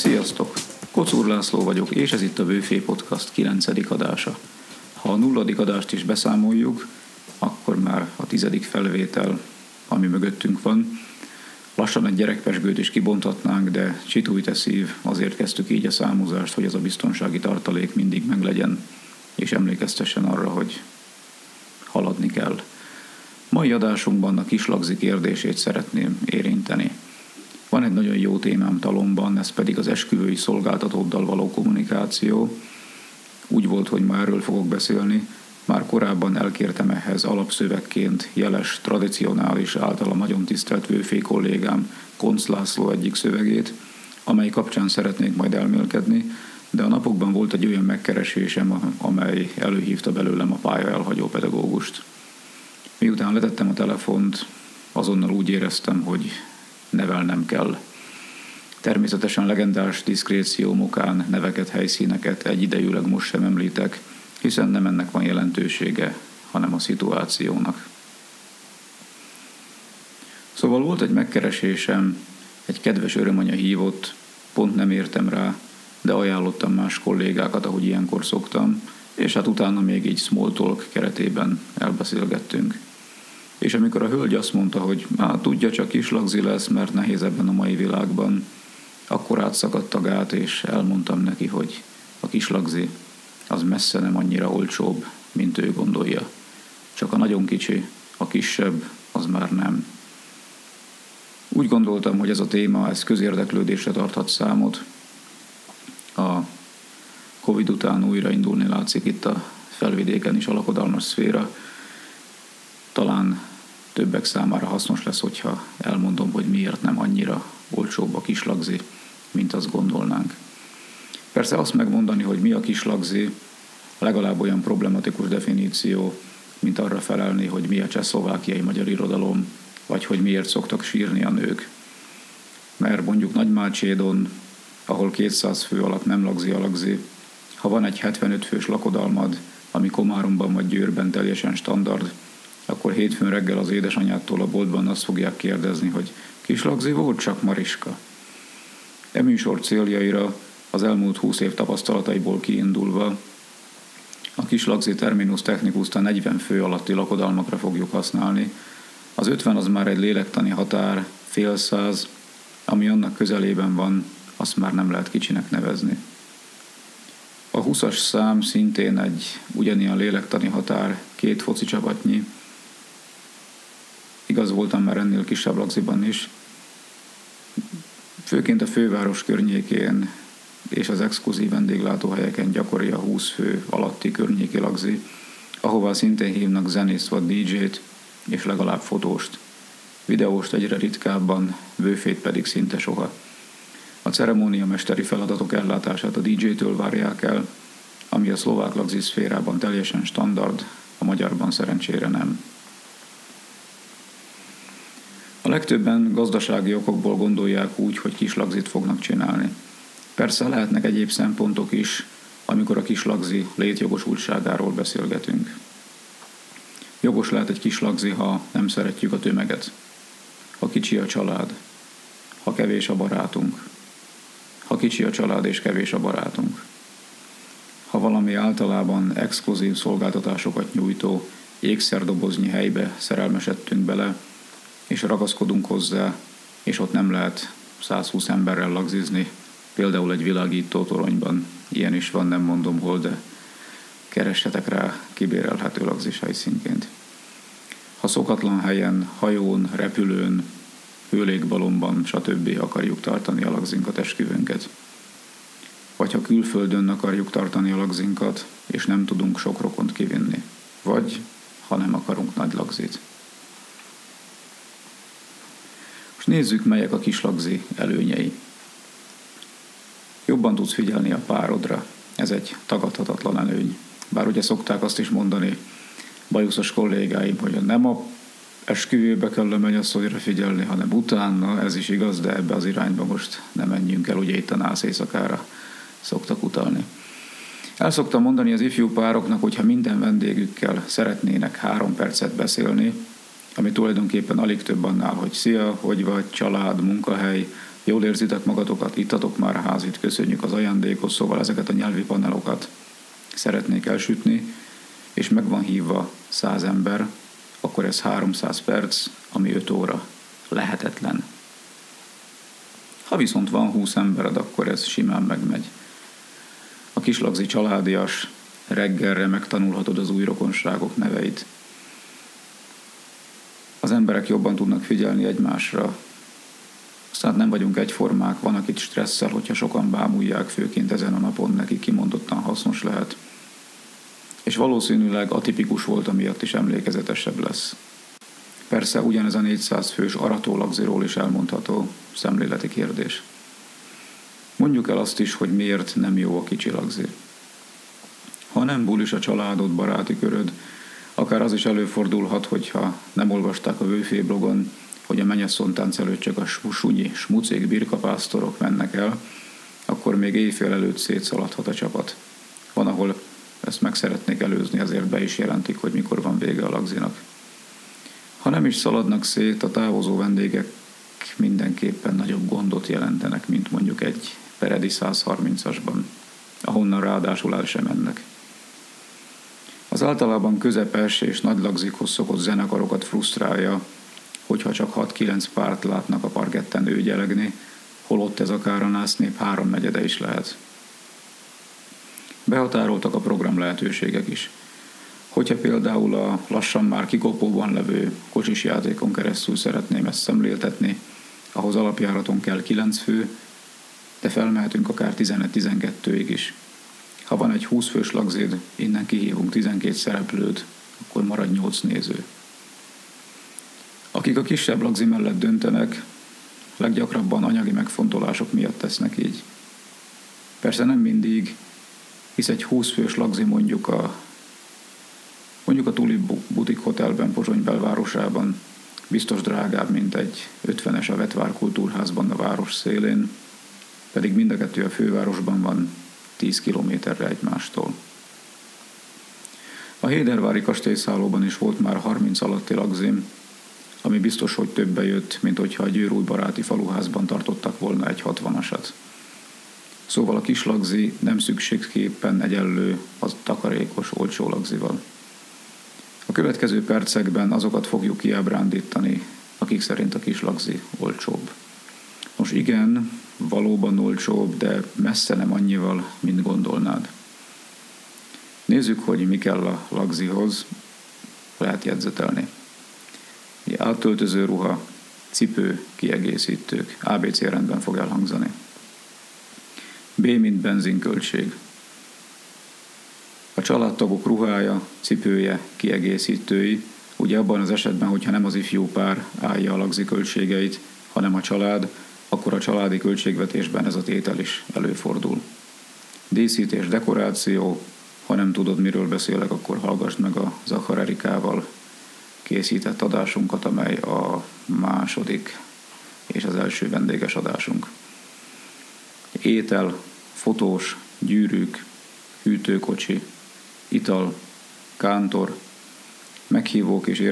Sziasztok! Kocúr László vagyok, és ez itt a Bőfé Podcast 9. adása. Ha a 0. adást is beszámoljuk, akkor már a 10. felvétel, ami mögöttünk van. Lassan egy gyerekpezsgőt is kibonthatnánk, de csitújt szív, azért kezdtük így a számozást, hogy ez a biztonsági tartalék mindig meglegyen, és emlékeztessen arra, hogy haladni kell. Mai adásunkban a kislagzi kérdését szeretném érinteni. Van egy nagyon jó témám talomban, ez pedig az esküvői szolgáltatóddal való kommunikáció. Úgy volt, hogy ma erről fogok beszélni. Már korábban elkértem ehhez alapszövegként jeles, tradicionális, általam nagyon tisztelt Bőfé kollégám, Koncz László egyik szövegét, amely kapcsán szeretnék majd elmélkedni, de a napokban volt egy olyan megkeresésem, amely előhívta belőlem a pálya elhagyó pedagógust. Miután letettem a telefont, azonnal úgy éreztem, hogy nevelnem kell. Természetesen legendás diszkréció okán neveket, helyszíneket egyidejűleg most sem említek, hiszen nem ennek van jelentősége, hanem a szituációnak. Szóval volt egy megkeresésem, egy kedves örömanya hívott, pont nem értem rá, de ajánlottam más kollégákat, ahogy ilyenkor szoktam, és hát utána még így small talk keretében elbeszélgettünk. És amikor a hölgy azt mondta, hogy tudja, csak kislagzi lesz, mert nehéz ebben a mai világban, akkor átszakadt a gát, és elmondtam neki, hogy a kislagzi az messze nem annyira olcsóbb, mint ő gondolja. Csak a nagyon kicsi, a kisebb, az már nem. Úgy gondoltam, hogy ez a téma, ez közérdeklődésre tarthat számot. A Covid után újraindulni látszik itt a felvidéken is a lakodalmas szféra. Talán többek számára hasznos lesz, hogyha elmondom, hogy miért nem annyira olcsóbb a kislagzi, mint azt gondolnánk. Persze azt megmondani, hogy mi a kislagzi, legalább olyan problematikus definíció, mint arra felelni, hogy mi a csehszlovákiai magyar irodalom, vagy hogy miért szoktak sírni a nők. Mert mondjuk Nagymácsédon, ahol 200 fő alatt nem lagzi a lagzi, ha van egy 75 fős lakodalmad, ami Komáromban vagy Győrben teljesen standard, akkor hétfőn reggel az édesanyától a boltban azt fogják kérdezni, hogy kislagzi volt csak Mariska. E műsor céljaira az elmúlt 20 év tapasztalataiból kiindulva a kislagzi terminus technicust a 40 fő alatti lakodalmakra fogjuk használni. Az 50 az már egy lélektani határ, fél száz, ami annak közelében van, azt már nem lehet kicsinek nevezni. A 20-as szám szintén egy ugyanilyen lélektani határ, 2 foci csapatnyi. Igaz, voltam már ennél kisebb lagziban is. Főként a főváros környékén és az exkluzív vendéglátóhelyeken gyakori a 20 fő alatti környéki lagzi, ahová szintén hívnak zenészt vagy DJ-t, és legalább fotóst. Videóst egyre ritkábban, Bőfét pedig szinte soha. A ceremóniamesteri feladatok ellátását a DJ-től várják el, ami a szlovák lagzi szférában teljesen standard, a magyarban szerencsére nem. A legtöbben gazdasági okokból gondolják úgy, hogy kislagzit fognak csinálni. Persze lehetnek egyéb szempontok is, amikor a kislagzi létjogosultságáról beszélgetünk. Jogos lehet egy kislagzi, ha nem szeretjük a tömeget, ha kicsi a család, ha kevés a barátunk, ha kicsi a család és kevés a barátunk, ha valami általában exkluzív szolgáltatásokat nyújtó ékszerdoboznyi helybe szerelmesedtünk bele, és ragaszkodunk hozzá, és ott nem lehet 120 emberrel lagzizni, például egy világító toronyban. Ilyen is van, nem mondom hol, de keressetek rá kibérelhető lagzis helyszínként. Ha szokatlan helyen, hajón, repülőn, hőlékbalomban, stb. Akarjuk tartani a lagzinkat, esküvőnket. Vagy ha külföldön akarjuk tartani a lagzinkat, és nem tudunk sok rokont kivinni. Vagy ha nem akarunk nagy lagzit. Most nézzük, melyek a kislagzi előnyei. Jobban tudsz figyelni a párodra. Ez egy tagadhatatlan előny. Bár ugye szokták azt is mondani bajuszos kollégáim, hogy nem a esküvőbe kell a mennyasszonyra figyelni, hanem utána, ez is igaz, de ebbe az irányba most nem menjünk el, ugye itt a nász éjszakára szoktak utalni. El szoktam mondani az ifjú pároknak, hogyha minden vendégükkel szeretnének 3 percet beszélni, ami tulajdonképpen alig több annál, hogy szia, hogy vagy, család, munkahely, Jól érzitek magatokat, ittatok már házit, köszönjük az ajándékot, szóval ezeket a nyelvi panelokat szeretnék elsütni, és meg van hívva 100 ember, akkor ez 300 perc, ami 5 óra. Lehetetlen. Ha viszont van 20 embered, akkor ez simán megmegy. A kislagzi családias, reggelre megtanulhatod az új rokonságok neveit. Az emberek jobban tudnak figyelni egymásra. Aztán nem vagyunk egyformák, van, akit stresszel, hogyha sokan bámulják, főként ezen a napon neki kimondottan hasznos lehet. És valószínűleg atipikus volt, amiatt is emlékezetesebb lesz. Persze ugyanez a 400 fős aratólagziról is elmondható, szemléleti kérdés. Mondjuk el azt is, hogy miért nem jó a kicsi lagzi. Ha nem bulis a családod, baráti köröd, akár az is előfordulhat, hogyha nem olvasták a Vőfé blogon, hogy a menyasszony tánc előtt csak a sunyi, smucék, birkapásztorok mennek el, akkor még éjfél előtt szétszaladhat a csapat. Van, ahol ezt meg szeretnék előzni, azért be is jelentik, hogy mikor van vége a lagzinak. Ha nem is szaladnak szét, a távozó vendégek mindenképpen nagyobb gondot jelentenek, mint mondjuk egy Peredi 130-asban, ahonnan ráadásul el sem mennek. Az általában közepes és nagy lagzikhoz szokott zenekarokat frusztrálja, hogyha csak 6-9 párt látnak a parketten őgyelegni, holott ez akár a násznép 3/4 is lehet. Behatároltak a program lehetőségek is. Hogyha például a lassan már kikopóban levő kocsis játékon keresztül szeretném ezt szemléltetni, ahhoz alapjáraton kell 9 fő, de felmehetünk akár 11-12-ig is. Ha van egy 20 fős lagzid, innen kihívunk 12 szereplőt, akkor marad 8 néző. Akik a kisebb lagzi mellett döntenek, leggyakrabban anyagi megfontolások miatt tesznek így. Persze nem mindig, hisz egy 20 fős lagzi mondjuk a Tulip Butik Hotelben Pozsony belvárosában biztos drágább, mint egy 50-es a Vetvár Kultúrházban a város szélén, pedig mind a kettő a fővárosban van 10 kilométerre egymástól. A Hédervári kastélyszállóban is volt már 30 alatti lagzim, ami biztos, hogy többe jött, mint hogyha a Győrúj baráti faluházban tartottak volna egy 60-asat. Szóval a kis lagzi nem szükségképpen egyenlő az takarékos, olcsó lagzival. A következő percekben azokat fogjuk kiábrándítani, akik szerint a kis lagzi olcsóbb. Most igen, valóban olcsóbb, de messze nem annyival, mint gondolnád. Nézzük, hogy mi kell a lagzihoz, lehet jegyzetelni. Áttöltöző ruha, cipő, kiegészítők, ABC rendben fog elhangzani. B, mint benzinköltség. A családtagok ruhája, cipője, kiegészítői, ugye abban az esetben, hogyha nem az ifjú pár állja a lagzi költségeit, hanem a család, akkor a családi költségvetésben ez a tétel is előfordul. Díszítés, dekoráció, ha nem tudod, miről beszélek, akkor hallgassd meg a Zachar Erikával készített adásunkat, amely a második és az első vendéges adásunk. Étel, fotós, gyűrűk, hűtőkocsi, ital, kántor, meghívók és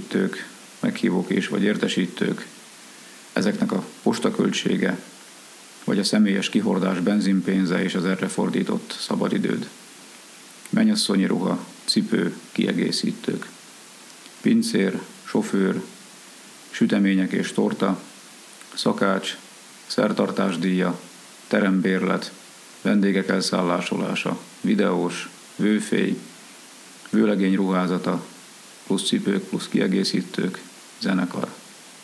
értesítők, ezeknek a postaköltsége, vagy a személyes kihordás benzinpénze és az erre fordított szabadidőd. Mennyasszonyi ruha, cipő, kiegészítők. Pincér, sofőr, sütemények és torta, szakács, szertartásdíja, terembérlet, vendégek elszállásolása, videós, vőfély, vőlegény ruházata, plusz cipők, plusz kiegészítők, zenekar.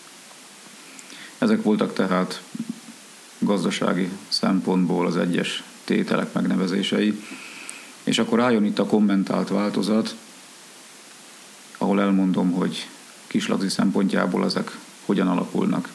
Ezek voltak tehát gazdasági szempontból az egyes tételek megnevezései, és akkor álljon itt a kommentált változat, ahol elmondom, hogy kislagzi szempontjából ezek hogyan alakulnak.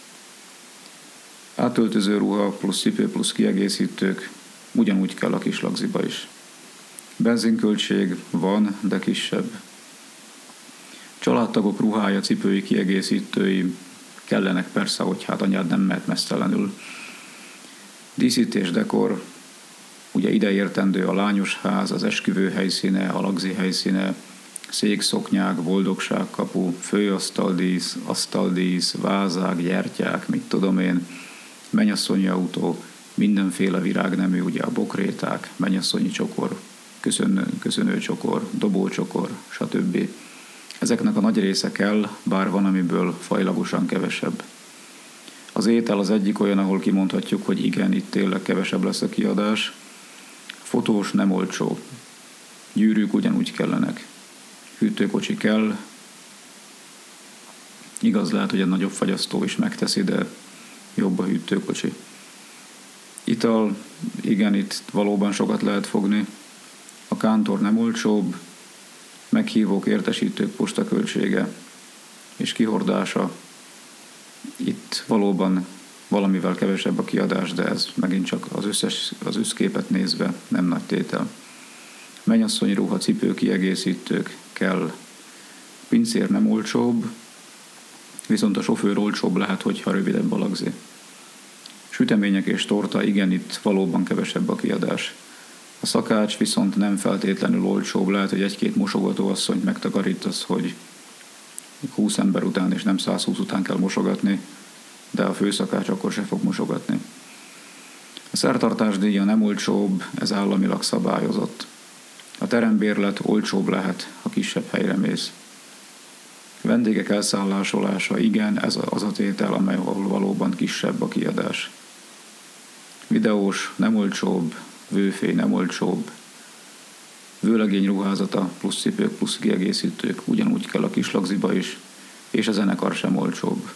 Átöltöző ruha plusz cipő plusz kiegészítők ugyanúgy kell a kislagziba is. Benzinköltség van, de kisebb. Családtagok ruhája, cipői, kiegészítői kellenek persze, hogy hát anyád nem mehet mesztelenül. Díszítés, dekor, ugye ide értendő a lányos ház, az esküvő helyszíne, a lagzi helyszíne, székszoknyák, boldogságkapu, főasztaldísz, asztaldísz, vázák, gyertyák, mit tudom én, mennyasszonyi autó, mindenféle virágnemű, ugye a bokréták, mennyasszonyi csokor, köszönő csokor, dobócsokor, stb. Ezeknek a nagy része kell, bár van, amiből fajlagosan kevesebb. Az étel az egyik olyan, ahol kimondhatjuk, hogy igen, itt tényleg kevesebb lesz a kiadás. Fotós nem olcsó. Gyűrűk ugyanúgy kellenek. Hűtőkocsi kell. Igaz, lehet, hogy egy nagyobb fagyasztó is megteszi, de jobb a hűtőkocsi. Ital, igen, itt valóban sokat lehet fogni. A kántor nem olcsóbb. Meghívók, értesítők, postaköltsége és kihordása. Itt valóban valamivel kevesebb a kiadás, de ez megint csak az összképet nézve nem nagy tétel. Mennyasszonyi ruha, cipő, kiegészítők kell. Pincér nem olcsóbb, viszont a sofőr olcsóbb lehet, hogyha rövidebb a lagzi. Sütemények és torta, igen, itt valóban kevesebb a kiadás. A szakács viszont nem feltétlenül olcsóbb, lehet, hogy egy-két mosogatóasszonyt megtakarítasz, hogy 20 ember után és nem 120 után kell mosogatni, de a főszakács akkor se fog mosogatni. A szertartás díja nem olcsóbb, ez államilag szabályozott. A terembérlet olcsóbb lehet, ha kisebb helyre mész. Vendégek elszállásolása, igen, ez az a tétel, amely valóban kisebb a kiadás. Videós nem olcsóbb, vőfély nem olcsóbb, vőlegény ruházata plusz cipők plusz kiegészítők ugyanúgy kell a kis lagziba is, és a zenekar sem olcsóbb.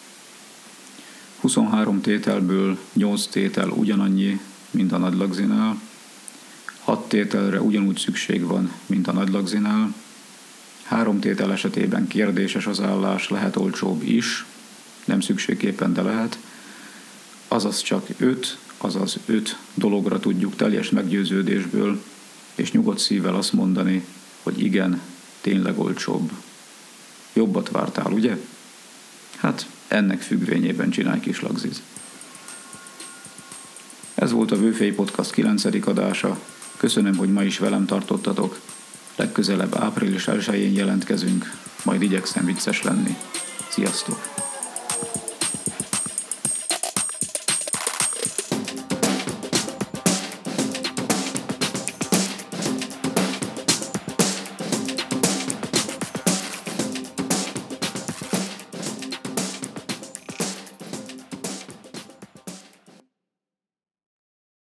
23 tételből 8 tétel ugyanannyi, mint a nagy lagzinál, 6 tételre ugyanúgy szükség van, mint a nagy lagzinál, 3 tétel esetében kérdéses az állás, lehet olcsóbb is, nem szükségképpen, de lehet, azaz csak 5 dologra tudjuk teljes meggyőződésből és nyugodt szívvel azt mondani, hogy igen, tényleg olcsóbb. Jobbat vártál, ugye? Hát ennek függvényében csinálj kis lagzit. Ez volt a Vőfély Podcast 9. adása. Köszönöm, hogy ma is velem tartottatok. Legközelebb április 1-én jelentkezünk, majd igyekszem vicces lenni. Sziasztok!